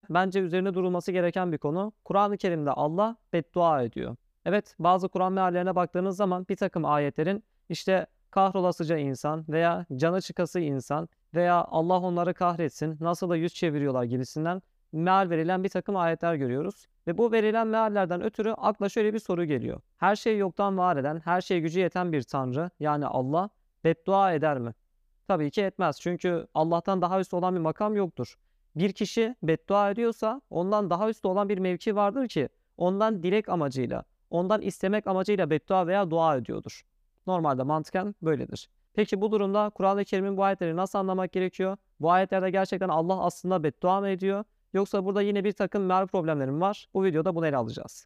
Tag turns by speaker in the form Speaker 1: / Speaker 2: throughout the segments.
Speaker 1: bence üzerine durulması gereken bir konu. Kur'an-ı Kerim'de Allah beddua ediyor. Evet, bazı Kur'an meallerine baktığınız zaman bir takım ayetlerin işte kahrolasıca insan veya canı çıkası insan veya Allah onları kahretsin, nasıl da yüz çeviriyorlar gibisinden meal verilen bir takım ayetler görüyoruz. Ve bu verilen meallerden ötürü akla şöyle bir soru geliyor. Her şeyi yoktan var eden, her şeye gücü yeten bir Tanrı yani Allah beddua eder mi? Tabii ki etmez. Çünkü Allah'tan daha üstü olan bir makam yoktur. Bir kişi beddua ediyorsa ondan daha üstü olan bir mevki vardır ki ondan dilek amacıyla, ondan istemek amacıyla beddua veya dua ediyordur. Normalde mantıken böyledir. Peki bu durumda Kur'an-ı Kerim'in bu ayetleri nasıl anlamak gerekiyor? Bu ayetlerde gerçekten Allah aslında beddua mı ediyor? Yoksa burada yine bir takım meal problemlerim var. Bu videoda bunu ele alacağız.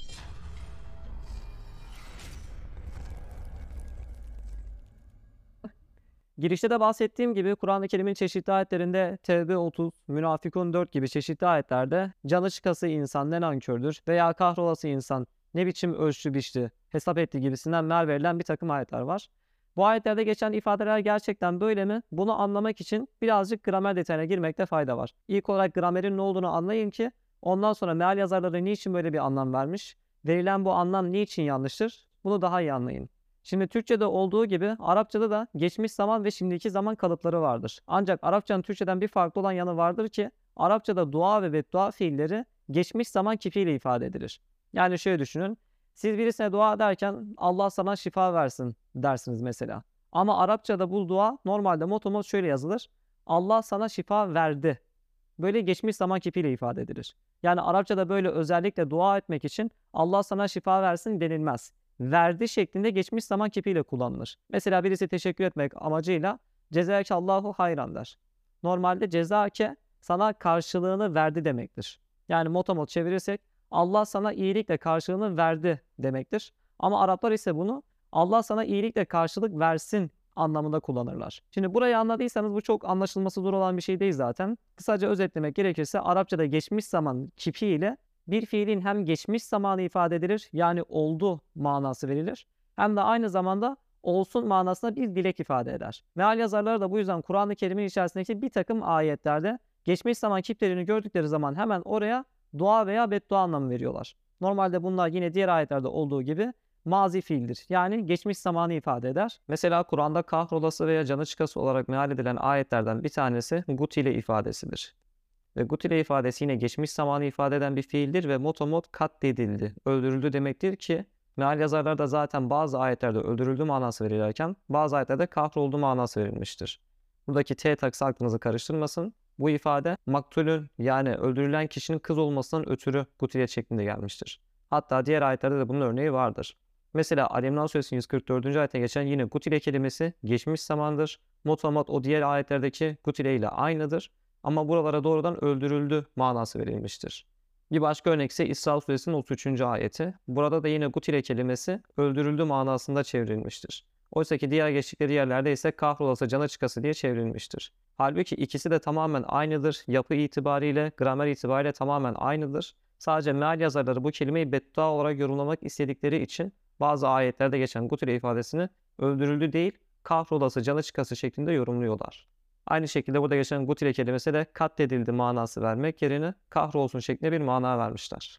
Speaker 1: Girişte de bahsettiğim gibi Kur'an-ı Kerim'in çeşitli ayetlerinde Tevbe 30, Münafıkun 4 gibi çeşitli ayetlerde canı çıkası insan ne nankördür veya kahrolası insan ne biçim ölçtü biçti, hesap etti gibisinden meal verilen bir takım ayetler var. Bu ayetlerde geçen ifadeler gerçekten böyle mi? Bunu anlamak için birazcık gramer detayına girmekte fayda var. İlk olarak gramerin ne olduğunu anlayın ki ondan sonra meal yazarları niçin böyle bir anlam vermiş, verilen bu anlam niçin yanlıştır bunu daha iyi anlayın. Şimdi Türkçe'de olduğu gibi Arapça'da da geçmiş zaman ve şimdiki zaman kalıpları vardır. Ancak Arapçanın Türkçeden bir farklı olan yanı vardır ki Arapçada dua ve beddua fiilleri geçmiş zaman kipiyle ifade edilir. Yani şöyle düşünün. Siz birisine dua ederken Allah sana şifa versin dersiniz mesela. Ama Arapçada bu dua normalde motomot şöyle yazılır. Allah sana şifa verdi. Böyle geçmiş zaman kipiyle ifade edilir. Yani Arapçada böyle özellikle dua etmek için Allah sana şifa versin denilmez. Verdi şeklinde geçmiş zaman kipiyle kullanılır. Mesela birisi teşekkür etmek amacıyla cezakallahu hayran der. Normalde cezake sana karşılığını verdi demektir. Yani motomot çevirirsek Allah sana iyilikle karşılığını verdi demektir. Ama Araplar ise bunu Allah sana iyilikle karşılık versin anlamında kullanırlar. Şimdi burayı anladıysanız bu çok anlaşılması zor olan bir şey değil zaten. Kısaca özetlemek gerekirse Arapçada geçmiş zaman kipiyle bir fiilin hem geçmiş zamanı ifade edilir yani oldu manası verilir hem de aynı zamanda olsun manasında bir dilek ifade eder. Meal yazarları da bu yüzden Kur'an-ı Kerim'in içerisindeki bir takım ayetlerde geçmiş zaman kiplerini gördükleri zaman hemen oraya dua veya beddua anlamı veriyorlar. Normalde bunlar yine diğer ayetlerde olduğu gibi mazi fiildir. Yani geçmiş zamanı ifade eder. Mesela Kur'an'da kahrolası veya canı çıkası olarak meal edilen ayetlerden bir tanesi gutile ifadesidir. Ve gutile ifadesi yine geçmiş zamanı ifade eden bir fiildir ve motomot katledildi, öldürüldü demektir ki meal yazarlar da zaten bazı ayetlerde öldürüldü manası verilirken bazı ayetlerde kahroldu manası verilmiştir. Buradaki T takısı aklınızı karıştırmasın. Bu ifade maktulün yani öldürülen kişinin kız olmasından ötürü gutile şeklinde gelmiştir. Hatta diğer ayetlerde de bunun örneği vardır. Mesela Ali İmran Suresi'nin 144. ayete geçen yine gutile kelimesi geçmiş zamandır. Motomot o diğer ayetlerdeki gutile ile aynıdır. Ama buralara doğrudan öldürüldü manası verilmiştir. Bir başka örnek ise İsra Suresinin 33. ayeti. Burada da yine gutile kelimesi öldürüldü manasında çevrilmiştir. Oysa ki diğer geçtikleri yerlerde ise kahrolası cana çıkası diye çevrilmiştir. Halbuki ikisi de tamamen aynıdır. Yapı itibariyle, gramer itibariyle tamamen aynıdır. Sadece meal yazarları bu kelimeyi beddua olarak yorumlamak istedikleri için bazı ayetlerde geçen gutile ifadesini öldürüldü değil, kahrolası cana çıkası şeklinde yorumluyorlar. Aynı şekilde burada geçen gutile kelimesi de katledildi manası vermek yerine kahrolsun şeklinde bir mana vermişler.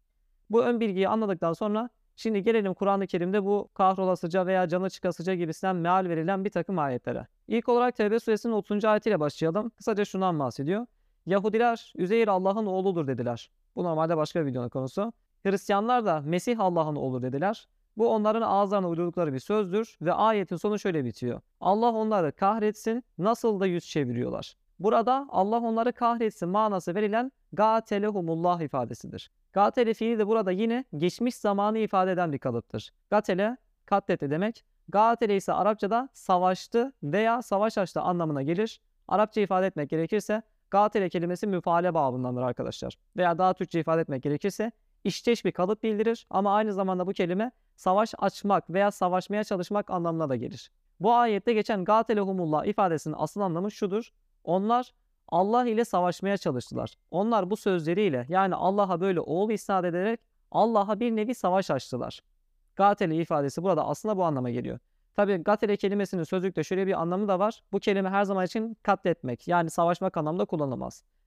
Speaker 1: Bu ön bilgiyi anladıktan sonra şimdi gelelim Kur'an-ı Kerim'de bu kahrolasıca veya canı çıkasıca gibisinden meal verilen bir takım ayetlere. İlk olarak Tevbe suresinin 30. ayetiyle başlayalım. Kısaca şundan bahsediyor. Yahudiler Üzeyr Allah'ın oğludur dediler. Bu normalde başka bir videonun konusu. Hristiyanlar da Mesih Allah'ın oğlu dediler. Bu onların ağızlarına uydurdukları bir sözdür ve ayetin sonu şöyle bitiyor. Allah onları kahretsin, nasıl da yüz çeviriyorlar. Burada Allah onları kahretsin manası verilen gatelehumullah ifadesidir. Gatele fiili de burada yine geçmiş zamanı ifade eden bir kalıptır. Gatele, katletti demek. Gatele ise Arapçada savaştı veya savaş açtı anlamına gelir. Arapça ifade etmek gerekirse gatele kelimesi müfaale babındandır arkadaşlar. Veya daha Türkçe ifade etmek gerekirse işteş bir kalıp bildirir ama aynı zamanda bu kelime savaş açmak veya savaşmaya çalışmak anlamına da gelir. Bu ayette geçen gatelehumullah ifadesinin asıl anlamı şudur. Onlar Allah ile savaşmaya çalıştılar. Onlar bu sözleriyle yani Allah'a böyle oğul isnat ederek Allah'a bir nevi savaş açtılar. Gatele ifadesi burada aslında bu anlama geliyor. Tabi gatele kelimesinin sözlükte şöyle bir anlamı da var. Bu kelime her zaman için katletmek yani savaşmak anlamında kullanılmaz.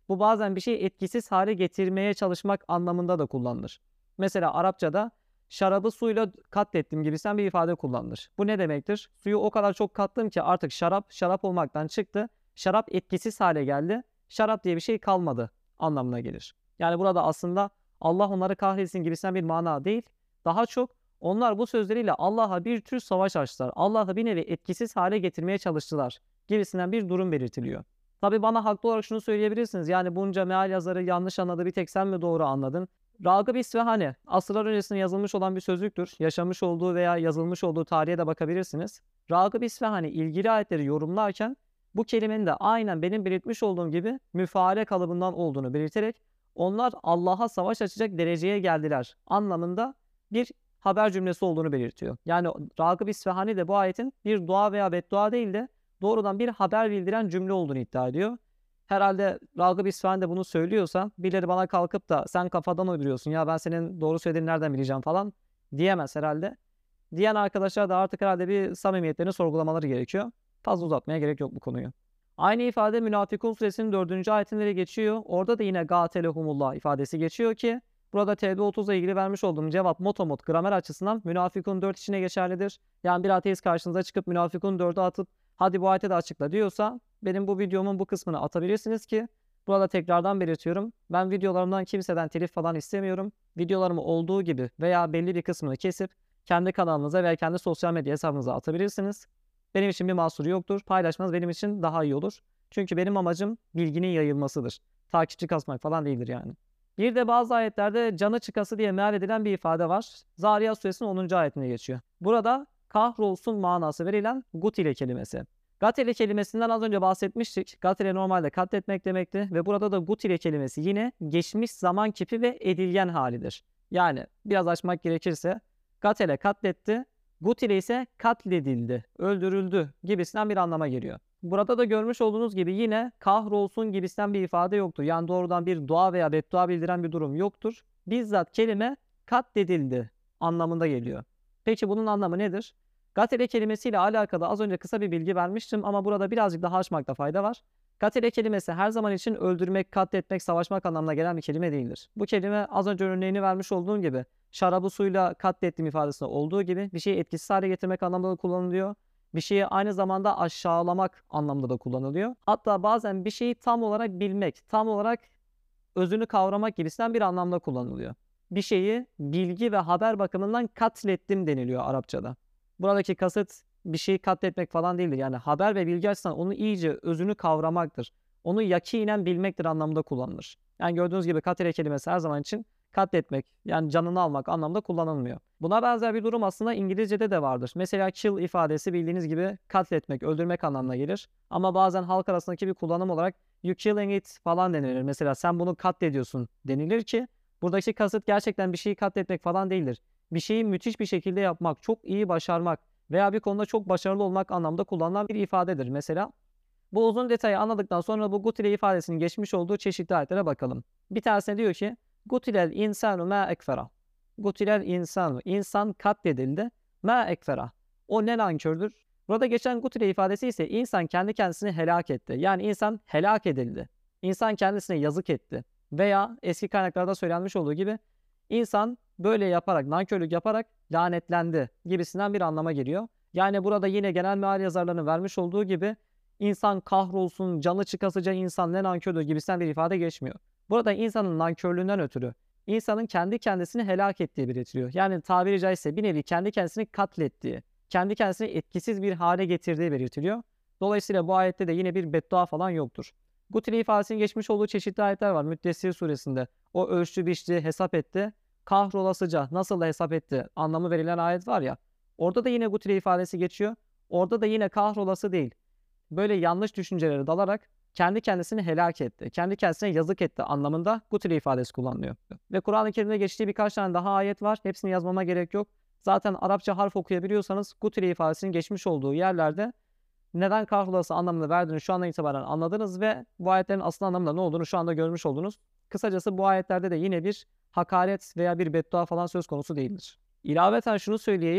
Speaker 1: Bu bazen bir şeyi etkisiz hale getirmeye çalışmak anlamında da kullanılır. Mesela Arapçada şarabı suyla katlettim gibisinden bir ifade kullanılır. Bu ne demektir? Suyu o kadar çok kattım ki artık şarap olmaktan çıktı. Şarap etkisiz hale geldi. Şarap diye bir şey kalmadı anlamına gelir. Yani burada aslında Allah onları kahretsin gibisinden bir mana değil. Daha çok onlar bu sözleriyle Allah'a bir tür savaş açtılar. Allah'ı bir nevi etkisiz hale getirmeye çalıştılar gibisinden bir durum belirtiliyor. Tabi bana haklı olarak şunu söyleyebilirsiniz. Yani bunca meal yazarı yanlış anladı, bir tek sen mi doğru anladın? Ragıb İsfahani, asırlar öncesinde yazılmış olan bir sözlüktür. Yaşamış olduğu veya yazılmış olduğu tarihe de bakabilirsiniz. Ragıb İsfahani ilgili ayetleri yorumlarken bu kelimenin de aynen benim belirtmiş olduğum gibi müfaale kalıbından olduğunu belirterek onlar Allah'a savaş açacak dereceye geldiler anlamında bir haber cümlesi olduğunu belirtiyor. Yani Ragıb İsfahani de bu ayetin bir dua veya beddua değil de doğrudan bir haber bildiren cümle olduğunu iddia ediyor. Herhalde Ragıb İsfahani de bunu söylüyorsa birileri bana kalkıp da sen kafadan uyduruyorsun ya ben senin doğru söylediğini nereden bileceğim falan diyemez herhalde. Diyen arkadaşlar da artık herhalde bir samimiyetlerini sorgulamaları gerekiyor. Fazla uzatmaya gerek yok bu konuyu. Aynı ifade Münafıkun suresinin 4. ayetinde de geçiyor. Orada da yine gâtelehumullah ifadesi geçiyor ki burada TB 30'la ilgili vermiş olduğum cevap motomot gramer açısından Münafıkun 4 içine geçerlidir. Yani bir ateist karşınıza çıkıp Münafıkun 4'ü atıp hadi bu ayeti de açıkla diyorsa benim bu videomun bu kısmını atabilirsiniz ki burada tekrardan belirtiyorum. Ben videolarımdan kimseden telif falan istemiyorum. Videolarımı olduğu gibi veya belli bir kısmını kesip kendi kanalınıza veya kendi sosyal medya hesabınıza atabilirsiniz. Benim için bir mahsuru yoktur. Paylaşmanız benim için daha iyi olur. Çünkü benim amacım bilginin yayılmasıdır. Takipçi kasmak falan değildir yani. Bir de bazı ayetlerde canı çıkası diye meal edilen bir ifade var. Zariyat suresinin 10. ayetinde geçiyor. Burada kahrolsun manası verilen gutile kelimesi. Gatile kelimesinden az önce bahsetmiştik. Gatile normalde katletmek demekti ve burada da gutile kelimesi yine geçmiş zaman kipi ve edilgen halidir. Yani biraz açmak gerekirse gatile katletti, gutile ise katledildi, öldürüldü gibisinden bir anlama geliyor. Burada da görmüş olduğunuz gibi yine kahrolsun gibisinden bir ifade yoktur. Yani doğrudan bir dua veya beddua bildiren bir durum yoktur. Bizzat kelime katledildi anlamında geliyor. Peki bunun anlamı nedir? Gatile kelimesiyle alakalı az önce kısa bir bilgi vermiştim ama burada birazcık daha açmakta fayda var. Gatile kelimesi her zaman için öldürmek, katletmek, savaşmak anlamına gelen bir kelime değildir. Bu kelime az önce örneğini vermiş olduğum gibi şarabı suyla katlettim ifadesinde olduğu gibi bir şeyi etkisiz hale getirmek anlamında da kullanılıyor. Bir şeyi aynı zamanda aşağılamak anlamında da kullanılıyor. Hatta bazen bir şeyi tam olarak bilmek, tam olarak özünü kavramak gibisinden bir anlamda kullanılıyor. Bir şeyi bilgi ve haber bakımından katlettim deniliyor Arapçada. Buradaki kasıt bir şeyi katletmek falan değildir. Yani haber ve bilgi açısından onu iyice özünü kavramaktır. Onu yakinen bilmektir anlamında kullanılır. Yani gördüğünüz gibi katile kelimesi her zaman için katletmek yani canını almak anlamda kullanılmıyor. Buna benzer bir durum aslında İngilizce'de de vardır. Mesela kill ifadesi bildiğiniz gibi katletmek, öldürmek anlamına gelir. Ama bazen halk arasındaki bir kullanım olarak you killing it falan denilir. Mesela sen bunu katlediyorsun denilir ki buradaki kasıt gerçekten bir şeyi katletmek falan değildir. Bir şeyi müthiş bir şekilde yapmak, çok iyi başarmak veya bir konuda çok başarılı olmak anlamda kullanılan bir ifadedir. Mesela bu uzun detayı anladıktan sonra bu gutile ifadesinin geçmiş olduğu çeşitli ayetlere bakalım. Bir tanesine diyor ki gutilel insanu ma ekfera. Gutilel insanu. İnsan katledildi. Ma ekfera. O ne nankördür? Burada geçen gutile ifadesi ise insan kendi kendisini helak etti. Yani insan helak edildi. İnsan kendisine yazık etti. Veya eski kaynaklarda söylenmiş olduğu gibi insan böyle yaparak, nankörlük yaparak lanetlendi gibisinden bir anlama geliyor. Yani burada yine genel meal yazarlarının vermiş olduğu gibi insan kahrolsun, canı çıkasıca insan ne nankördür gibisinden bir ifade geçmiyor. Burada insanın nankörlüğünden ötürü insanın kendi kendisini helak ettiği belirtiliyor. Yani tabiri caizse bir nevi kendi kendisini katlettiği, kendi kendisini etkisiz bir hale getirdiği belirtiliyor. Dolayısıyla bu ayette de yine bir beddua falan yoktur. Gutile ifadesinin geçmiş olduğu çeşitli ayetler var. Müddessir suresinde o ölçtü, biçti, hesap etti. Kahrolasıca nasıl da hesap etti anlamı verilen ayet var ya. Orada da yine gutile ifadesi geçiyor. Orada da yine kahrolası değil. Böyle yanlış düşüncelere dalarak kendi kendisini helak etti. Kendi kendisine yazık etti anlamında gutile ifadesi kullanılıyor. Ve Kur'an-ı Kerim'de geçtiği birkaç tane daha ayet var. Hepsini yazmama gerek yok. Zaten Arapça harf okuyabiliyorsanız gutile ifadesinin geçmiş olduğu yerlerde neden kahrolası anlamını verdiğini şu andan itibaren anladınız ve bu ayetlerin asıl anlamında ne olduğunu şu anda görmüş oldunuz. Kısacası bu ayetlerde de yine bir hakaret veya bir beddua falan söz konusu değildir. İlaveten şunu söyleyeyim.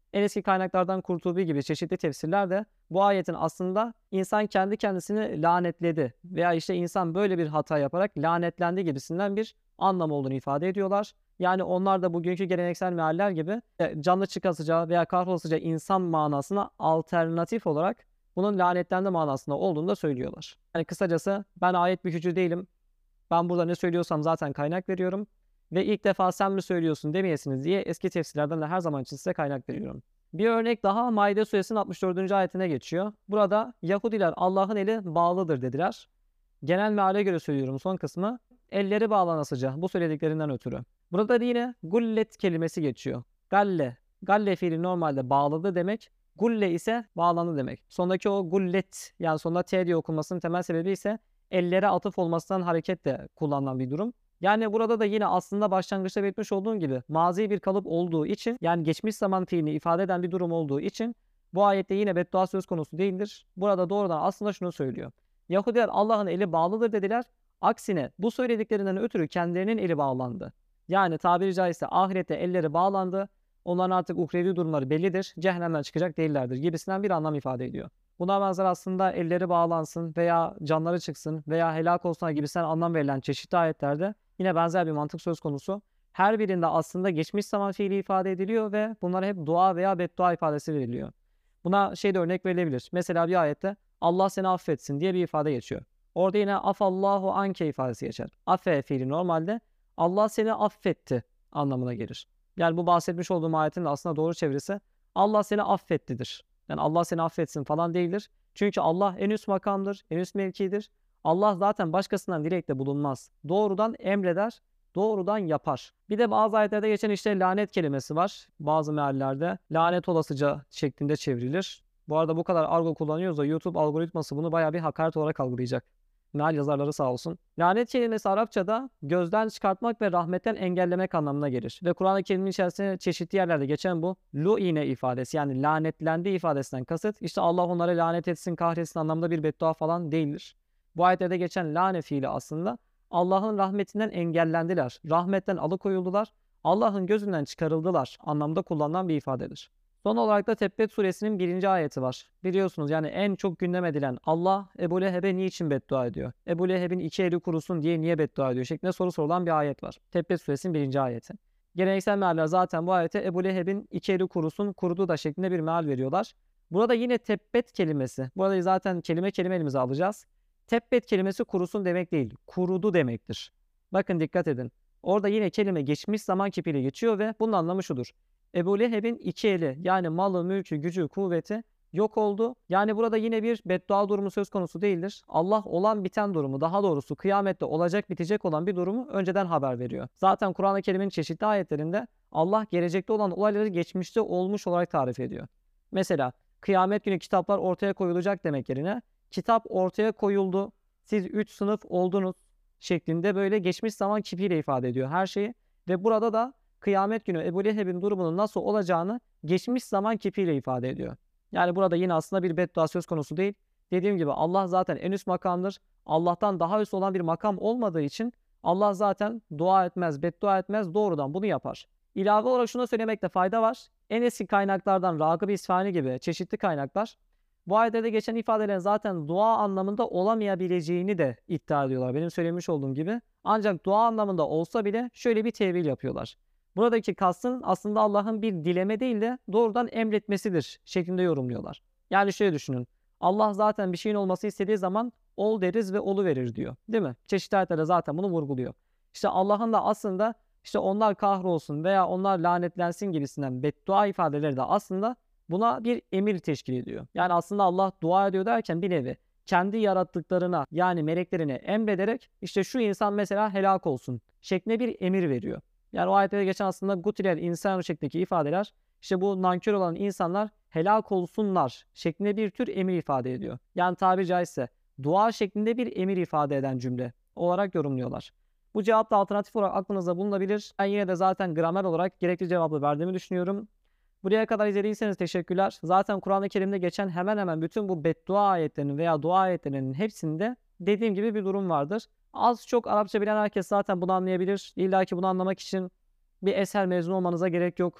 Speaker 1: En eski kaynaklardan Kurtubi gibi çeşitli tefsirler de bu ayetin aslında insan kendi kendisini lanetledi veya işte insan böyle bir hata yaparak lanetlendi gibisinden bir anlam olduğunu ifade ediyorlar. Yani onlar da bugünkü geleneksel mealler gibi canlı çıkasıca veya kahrolasıca insan manasına alternatif olarak bunun lanetlendi manasında olduğunu da söylüyorlar. Yani kısacası ben ayet bükücü değilim. Ben burada ne söylüyorsam zaten kaynak veriyorum. Ve ilk defa sen mi söylüyorsun demeyesiniz diye eski tefsirlerden de her zaman için size kaynak veriyorum. Bir örnek daha Maide suresinin 64. ayetine geçiyor. Burada Yahudiler Allah'ın eli bağlıdır dediler. Genel meale göre söylüyorum son kısmı. Elleri bağlanasıca bu söylediklerinden ötürü. Burada da yine gullet kelimesi geçiyor. Galle. Galle fiili normalde bağladı demek. Gulle ise bağlandı demek. Sondaki o gullet yani sonunda T diye okunmasının temel sebebi ise ellere atıf olmasından hareketle kullanılan bir durum. Yani burada da yine aslında başlangıçta belirtmiş olduğum gibi mazi bir kalıp olduğu için yani geçmiş zaman fiilini ifade eden bir durum olduğu için bu ayette yine beddua söz konusu değildir. Burada doğrudan aslında şunu söylüyor. Yahudiler Allah'ın eli bağlıdır dediler. Aksine bu söylediklerinden ötürü kendilerinin eli bağlandı. Yani tabiri caizse ahirette elleri bağlandı. Onların artık uhrevi durumları bellidir. Cehennemden çıkacak değillerdir gibisinden bir anlam ifade ediyor. Buna benzer aslında elleri bağlansın veya canları çıksın veya helak olsun gibisinden anlam verilen çeşitli ayetlerde yine benzer bir mantık söz konusu. Her birinde aslında geçmiş zaman fiili ifade ediliyor ve bunlara hep dua veya beddua ifadesi veriliyor. Buna de örnek verilebilir. Mesela bir ayette Allah seni affetsin diye bir ifade geçiyor. Orada yine afallahu anke ifadesi geçer. Affe fiili normalde Allah seni affetti anlamına gelir. Yani bu bahsetmiş olduğum ayetin de aslında doğru çevirisi Allah seni affettidir. Yani Allah seni affetsin falan değildir. Çünkü Allah en üst makamdır, en üst mevkidir. Allah zaten başkasından dilekte bulunmaz. Doğrudan emreder, doğrudan yapar. Bir de bazı ayetlerde geçen işte lanet kelimesi var. Bazı meallerde lanet olasıca şeklinde çevrilir. Bu arada bu kadar argo kullanıyoruz da YouTube algoritması bunu bayağı bir hakaret olarak algılayacak. Meal yazarları sağ olsun. Lanet kelimesi Arapçada gözden çıkartmak ve rahmetten engellemek anlamına gelir. Ve Kur'an-ı Kerim'in içerisinde çeşitli yerlerde geçen bu lu'ine ifadesi yani lanetlendi ifadesinden kasıt işte Allah onlara lanet etsin, kahretsin anlamda bir beddua falan değildir. Bu ayetlerde geçen lane fiili aslında Allah'ın rahmetinden engellendiler, rahmetten alıkoyuldular, Allah'ın gözünden çıkarıldılar anlamda kullanılan bir ifadedir. Son olarak da Tebbet suresinin 1. ayeti var. Biliyorsunuz yani en çok gündem edilen Allah Ebu Leheb'e niçin beddua ediyor? Ebu Leheb'in iki eli kurusun diye niye beddua ediyor? Şeklinde soru sorulan bir ayet var. Tebbet suresinin 1. ayeti. Geleneksel mealler zaten bu ayete Ebu Leheb'in iki eli kurusun kurudu da şeklinde bir meal veriyorlar. Burada yine tebbet kelimesi. Burada zaten kelime kelime elimize alacağız. Tebbet kelimesi kurusun demek değil. Kurudu demektir. Bakın dikkat edin. Orada yine kelime geçmiş zaman kipiyle geçiyor ve bunun anlamı şudur. Ebu Leheb'in iki eli yani malı, mülkü, gücü, kuvveti yok oldu. Yani burada yine bir beddua durumu söz konusu değildir. Allah olan biten durumu daha doğrusu kıyamette olacak bitecek olan bir durumu önceden haber veriyor. Zaten Kur'an-ı Kerim'in çeşitli ayetlerinde Allah gelecekte olan olayları geçmişte olmuş olarak tarif ediyor. Mesela kıyamet günü kitaplar ortaya koyulacak demek yerine kitap ortaya koyuldu, siz 3 sınıf oldunuz şeklinde böyle geçmiş zaman kipiyle ifade ediyor her şeyi. Ve burada da kıyamet günü Ebu Leheb'in durumunun nasıl olacağını geçmiş zaman kipiyle ifade ediyor. Yani burada yine aslında bir beddua söz konusu değil. Dediğim gibi Allah zaten en üst makamdır. Allah'tan daha üst olan bir makam olmadığı için Allah zaten dua etmez, beddua etmez, doğrudan bunu yapar. İlave olarak şunu söylemekte fayda var. En eski kaynaklardan Ragıb-ı İsfahani gibi çeşitli kaynaklar bu ayetlerde geçen ifadelerin zaten dua anlamında olamayabileceğini de iddia ediyorlar. Benim söylemiş olduğum gibi. Ancak dua anlamında olsa bile şöyle bir tevil yapıyorlar. Buradaki kastın aslında Allah'ın bir dileme değil de doğrudan emretmesidir şeklinde yorumluyorlar. Yani şöyle düşünün. Allah zaten bir şeyin olması istediği zaman ol deriz ve oluverir diyor. Değil mi? Çeşitli ayetlerde zaten bunu vurguluyor. İşte Allah'ın da aslında işte onlar kahrolsun veya onlar lanetlensin gibisinden beddua ifadeleri de aslında buna bir emir teşkil ediyor. Yani aslında Allah dua ediyor derken bir nevi kendi yarattıklarına yani meleklerine emrederek işte şu insan mesela helak olsun şeklinde bir emir veriyor. Yani o ayetlerde geçen aslında gutilel insan şeklindeki ifadeler işte bu nankör olan insanlar helak olsunlar şeklinde bir tür emir ifade ediyor. Yani tabiri caizse dua şeklinde bir emir ifade eden cümle olarak yorumluyorlar. Bu cevap da alternatif olarak aklınızda bulunabilir. Ben yine de zaten gramer olarak gerekli cevabı verdiğimi düşünüyorum. Buraya kadar izlediyseniz teşekkürler. Zaten Kur'an-ı Kerim'de geçen hemen hemen bütün bu beddua ayetlerinin veya dua ayetlerinin hepsinde dediğim gibi bir durum vardır. Az çok Arapça bilen herkes zaten bunu anlayabilir. İlla ki bunu anlamak için bir eser mezunu olmanıza gerek yok.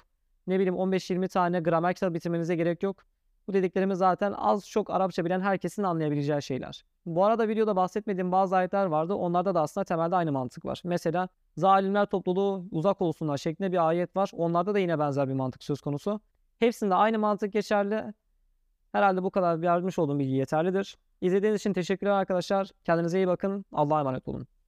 Speaker 1: ne bileyim 15-20 tane gramer kitabı bitirmenize gerek yok. Bu dediklerimiz zaten az çok Arapça bilen herkesin anlayabileceği şeyler. Bu arada videoda bahsetmediğim bazı ayetler vardı. Onlarda da aslında temelde aynı mantık var. Mesela zalimler topluluğu uzak olsunlar şeklinde bir ayet var. Onlarda da yine benzer bir mantık söz konusu. Hepsinde aynı mantık geçerli. Herhalde bu kadar vermiş olduğum bilgi yeterlidir. İzlediğiniz için teşekkürler arkadaşlar. Kendinize iyi bakın. Allah'a emanet olun.